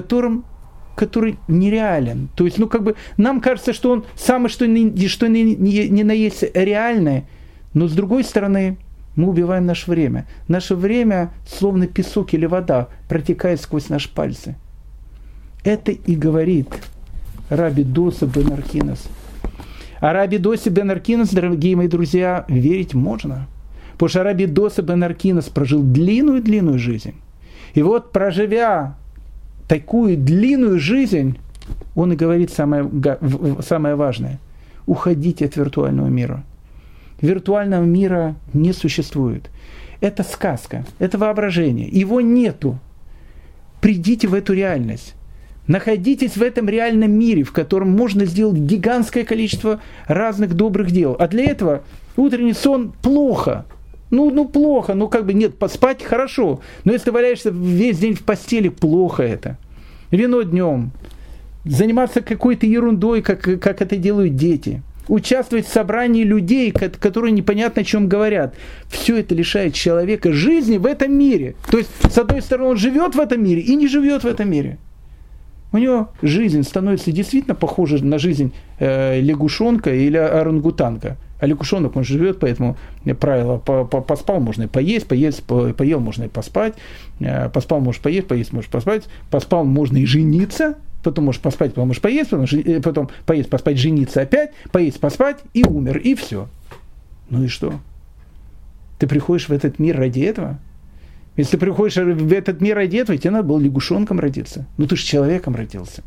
который нереален. То есть, нам кажется, что он самое, что не на есть реальное, но с другой стороны, мы убиваем наше время. Наше время, словно песок или вода, протекает сквозь наши пальцы. Это и говорит Раби Доса бен Аркинас. А Раби Досе бен Аркинас, дорогие мои друзья, верить можно. Потому что Раби Доса бен Аркинас прожил длинную жизнь. И вот, проживя такую длинную жизнь, он и говорит самое важное. Уходите от виртуального мира. Виртуального мира не существует. Это сказка, это воображение. Его нету. Придите в эту реальность. Находитесь в этом реальном мире, в котором можно сделать гигантское количество разных добрых дел. А для этого утренний сон плохо. Плохо. Нет, поспать хорошо. Но если ты валяешься весь день в постели, плохо это. Вино днем. Заниматься какой-то ерундой, как это делают дети. Участвовать в собрании людей, которые непонятно о чем говорят. Все это лишает человека жизни в этом мире. То есть, с одной стороны, он живет в этом мире и не живет в этом мире. У него жизнь становится действительно похожа на жизнь лягушонка или орангутанга. А лягушонок, он живет, поэтому правило, поспал, можно и поесть, поел, можно и поспать, поспал, можешь поесть, можешь поспать, поспал, можно и жениться, потом можешь поспать, потом можешь поесть, потом поесть, поспать, жениться опять, поесть, поспать и умер, и все. Ну и что? Ты приходишь в этот мир ради этого? Если ты приходишь в этот мир ради этого, тебе надо было лягушонком родиться. Ну ты же человеком родился.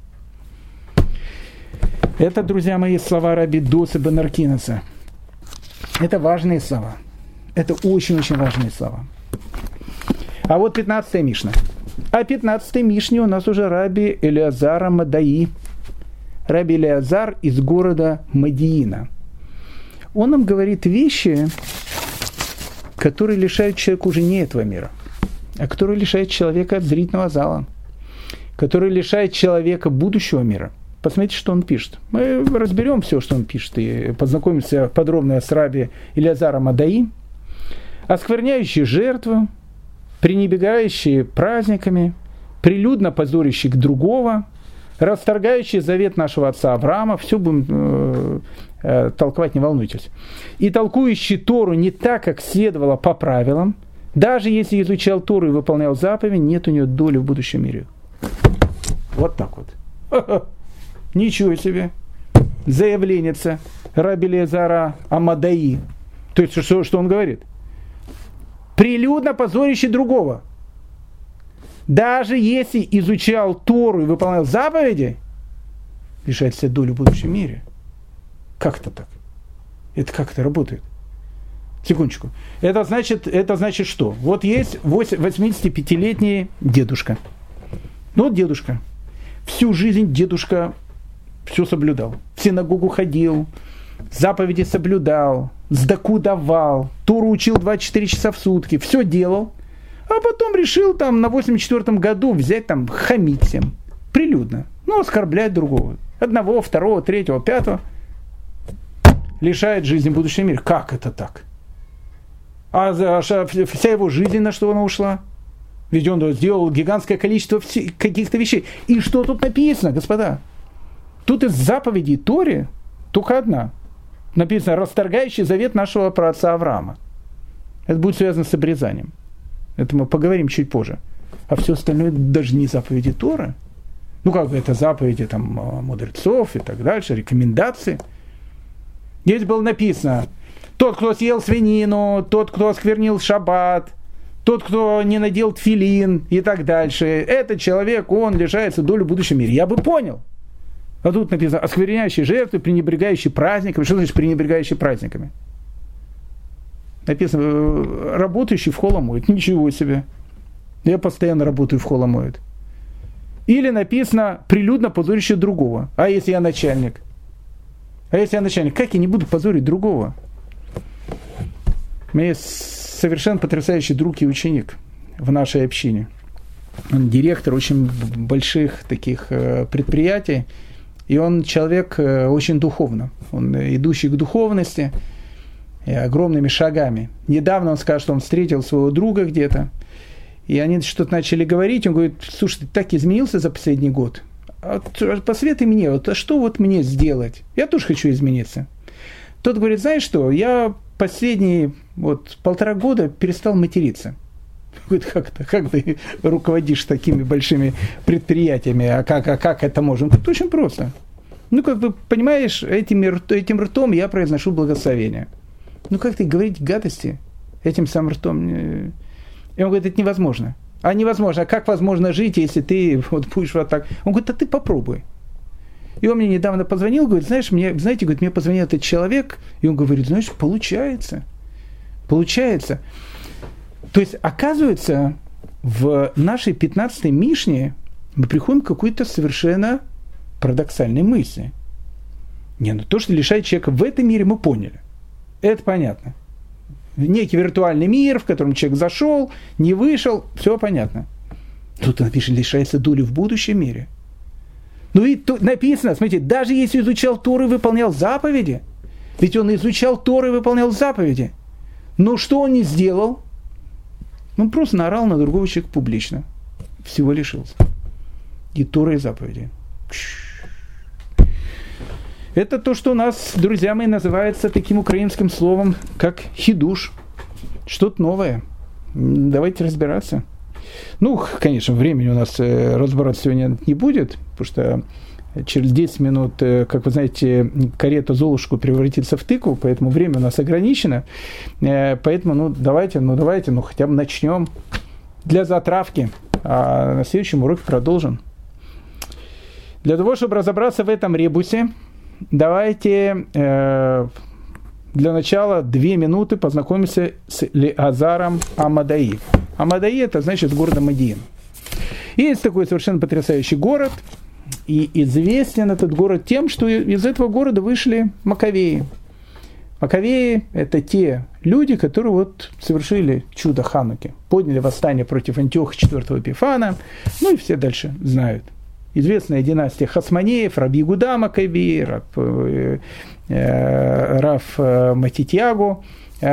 Это, друзья мои, слова Раби Досы бен Аркинаса. Это важные слова. Это очень-очень важные слова. А вот 15-я Мишна. А 15-й Мишне у нас уже Раби Элиазар Мадаи. Раби Элиазар из города Мадиина. Он нам говорит вещи, которые лишают человека уже не этого мира, а которые лишают человека от зрительного зала, которые лишают человека будущего мира. Посмотрите, что он пишет. Мы разберем все, что он пишет, и познакомимся подробно с Раби Элиазаром Мадаи. Оскверняющие жертву, пренебрегающие праздниками, прилюдно позорящие другого, расторгающие завет нашего отца Авраама, все будем толковать, не волнуйтесь, и толкующие Тору не так, как следовало по правилам, даже если изучал Тору и выполнял заповеди, нет у него доли в будущем мире. Вот так вот. Ничего себе. Заявленница Раби Элиазара Амадаи. То есть, что он говорит? Прилюдно позорящий другого. Даже если изучал Тору и выполнял заповеди, лишает себя долю в будущем мире. Как это так? Это как это работает? Секундочку. Это значит что? Вот есть 85-летний дедушка. Ну вот дедушка. всю жизнь дедушка все соблюдал. В синагогу ходил, заповеди соблюдал, сдаку давал, Тору учил 24 часа в сутки, все делал. А потом решил там на 84-м году взять там хамить всем. Прилюдно. Ну, оскорблять другого. Одного, второго, третьего, пятого. Лишает жизни будущий мир. Как это так? А вся его жизнь на что она ушла? Ведь он сделал гигантское количество каких-то вещей. И что тут написано, господа? Тут из заповедей Торе только одна. Написано, расторгающий завет нашего праотца Авраама. Это будет связано с обрезанием. Это мы поговорим чуть позже. А все остальное даже не заповеди Торы. Ну, как бы это заповеди там, мудрецов и так дальше, рекомендации. Здесь было написано, тот, кто съел свинину, тот, кто осквернил шаббат, тот, кто не надел тфилин и так дальше, этот человек, он лишается доли в будущем мире. Я бы понял. А тут написано, оскверняющий жертвы, пренебрегающий праздниками. Что значит пренебрегающий праздниками? Написано, работающий в холомоид. Ничего себе. Я постоянно работаю в холомоид. Или написано, прилюдно позорящий другого. А если я начальник? Как я не буду позорить другого? У меня есть совершенно потрясающий друг и ученик в нашей общине. Он директор очень больших таких предприятий. И он человек очень духовный. Он идущий к духовности огромными шагами. Недавно он сказал, что он встретил своего друга где-то, и они что-то начали говорить. Он говорит, слушай, ты так изменился за последний год. Посоветуй мне, а что вот мне сделать? Я тоже хочу измениться. Тот говорит, знаешь что, я последние 1,5 года перестал материться. Говорит, как ты руководишь такими большими предприятиями, а как это можно? Он говорит, очень просто. Ну, как бы, понимаешь, этим ртом я произношу благословение. Ну, как ты говорить гадости этим самым ртом? И он говорит, это невозможно. А невозможно. А как возможно жить, если ты будешь вот так? Он говорит, а ты попробуй. И он мне недавно позвонил, говорит, говорит, мне позвонил этот человек, и он говорит, знаешь, получается. То есть, оказывается, в нашей 15-й Мишне мы приходим к какой-то совершенно парадоксальной мысли. То, что лишает человека в этом мире, мы поняли. Это понятно. Некий виртуальный мир, в котором человек зашел, не вышел, все понятно. Тут напишет, лишается доли в будущем мире. Ну и тут написано, смотрите, даже если изучал Тору и выполнял заповеди, ведь он изучал Тору и выполнял заповеди, но что он не сделал? Он просто наорал на другого человека публично. Всего лишился. И Торы, и заповеди. Это то, что у нас, друзья мои, называется таким украинским словом, как хидуш. Что-то новое. Давайте разбираться. Конечно, времени у нас разбираться сегодня не будет, потому что через 10 минут, как вы знаете, карета Золушку превратится в тыкву, поэтому время у нас ограничено. Поэтому, давайте, хотя бы начнем для затравки, а на следующем уроке продолжим. Для того, чтобы разобраться в этом ребусе, давайте для начала 2 минуты познакомимся с Леазаром Амадаи. Амадаи – это значит город Мадиин. Есть такой совершенно потрясающий город, и известен этот город тем, что из этого города вышли Маковеи. Маковеи – это те люди, которые совершили чудо Хануки, подняли восстание против Антиоха IV Эпифана, и все дальше знают. Известная династия Хасмонеев, Раби Игуда Маккаби, Рав Матитьягу,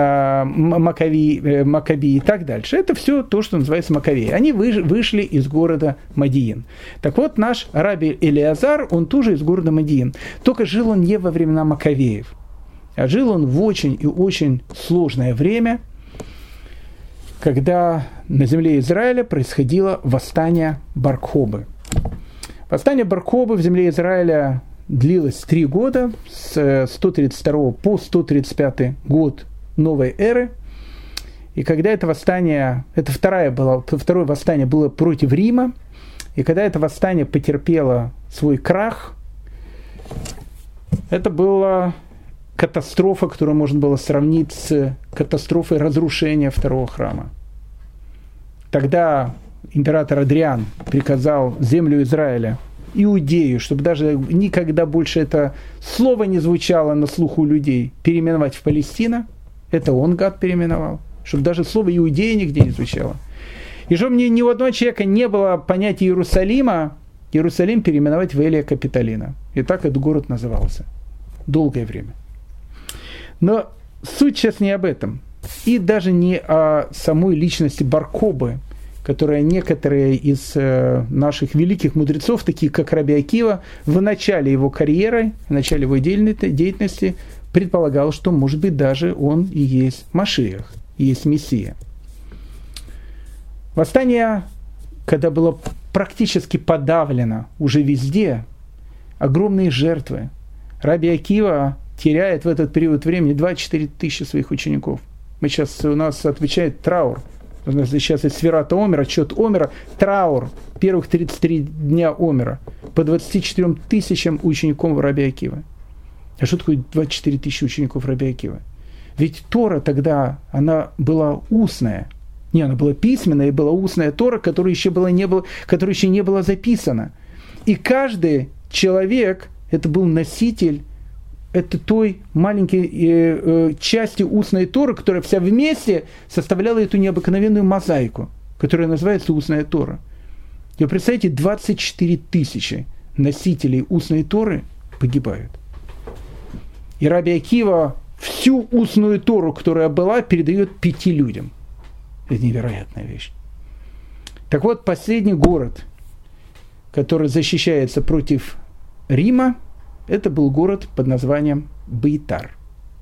Маккаби и так дальше. Это все то, что называется Маковеи. Они вышли из города Мадиин. Так вот, наш раби Элиазар, он тоже из города Мадиин. Только жил он не во времена Маковеев, а жил он в очень и очень сложное время, когда на земле Израиля происходило восстание Бар-Кохбы. Восстание Бар-Кохбы в земле Израиля длилось 3 года, с 132 по 135 год новой эры. И когда это восстание, второе восстание было против Рима, и когда это восстание потерпело свой крах, это была катастрофа, которую можно было сравнить с катастрофой разрушения второго храма. Тогда император Адриан приказал землю Израиля Иудею, чтобы даже никогда больше это слово не звучало на слуху людей, переименовать в Палестина. Это он, гад, переименовал. Чтобы даже слово Иудея нигде не звучало. И чтобы ни у одного человека не было понятия Иерусалима, Иерусалим переименовать в Элия Капитолина. И так этот город назывался. Долгое время. Но суть сейчас не об этом. И даже не о самой личности Бар-Кохбы, которая некоторые из наших великих мудрецов, такие как Раби Акива, в начале его карьеры, в начале его деятельности, предполагал, что, может быть, даже он и есть Машиах, и есть Мессия. Восстание, когда было практически подавлено уже везде, огромные жертвы. Раби Акива теряет в этот период времени 24 тысячи своих учеников. У нас отвечает траур. У нас сейчас есть сферата Омера, отчет Омера, траур первых 33 дня Омера по 24 тысячам учеников Раби Акивы. А что такое 24 тысячи учеников Раби Акивы? Ведь Тора тогда, она была устная. Не, она была письменная, и была устная Тора, которая еще не была записана. И каждый человек, это был носитель это той маленькой части устной Торы, которая вся вместе составляла эту необыкновенную мозаику, которая называется устная Тора. И вы представляете, 24 тысячи носителей устной Торы погибают. И Раби Акива всю устную Тору, которая была, передает 5 людям. Это невероятная вещь. Так вот, последний город, который защищается против Рима, это был город под названием Бейтар.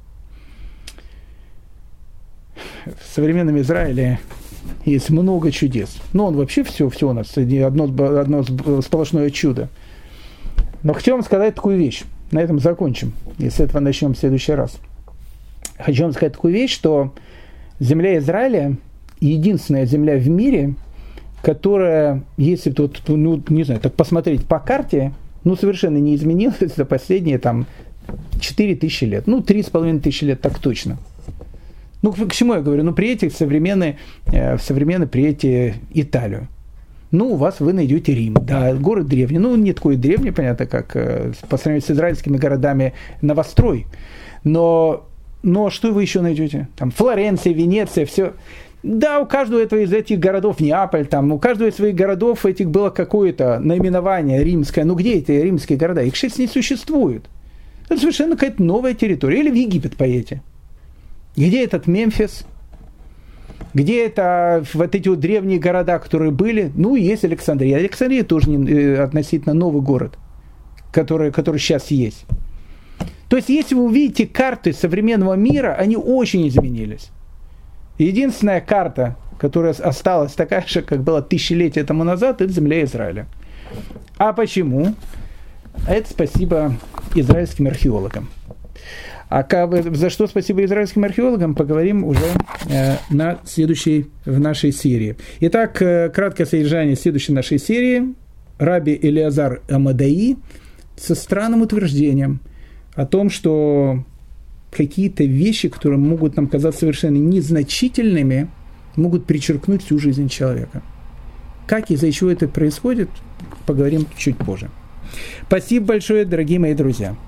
В современном Израиле есть много чудес. Но он вообще все у нас, одно сплошное чудо. Но хочу вам сказать такую вещь. На этом закончим, и с этого начнем в следующий раз. Хочу вам сказать такую вещь, что земля Израиля единственная земля в мире, которая, если тут, не знаю, так посмотреть по карте, совершенно не изменилась за последние 4000 лет. 3500 лет так точно. К чему я говорю? Приедете в современный приедете Италию. У вас вы найдете Рим. Да, город древний. Не такой древний, понятно, как по сравнению с израильскими городами новострой. Но что вы еще найдете? Флоренция, Венеция, все. Да, у каждого из этих городов, Неаполь, у каждого из своих городов этих было какое-то наименование римское. Где эти римские города? Их 6 не существует. Это совершенно какая-то новая территория. Или в Египет поедете. Где этот Мемфис? Где это вот эти древние города, которые были? Есть Александрия. Александрия тоже относительно новый город, который сейчас есть. То есть, если вы увидите карты современного мира, они очень изменились. Единственная карта, которая осталась такая же, как была тысячелетия тому назад, это земля Израиля. А почему? Это спасибо израильским археологам. За что спасибо израильским археологам, поговорим уже в нашей серии. Итак, краткое содержание следующей нашей серии. Раби Элиазар Амадаи со странным утверждением о том, что какие-то вещи, которые могут нам казаться совершенно незначительными, могут перечеркнуть всю жизнь человека. Как и из-за чего это происходит, поговорим чуть позже. Спасибо большое, дорогие мои друзья.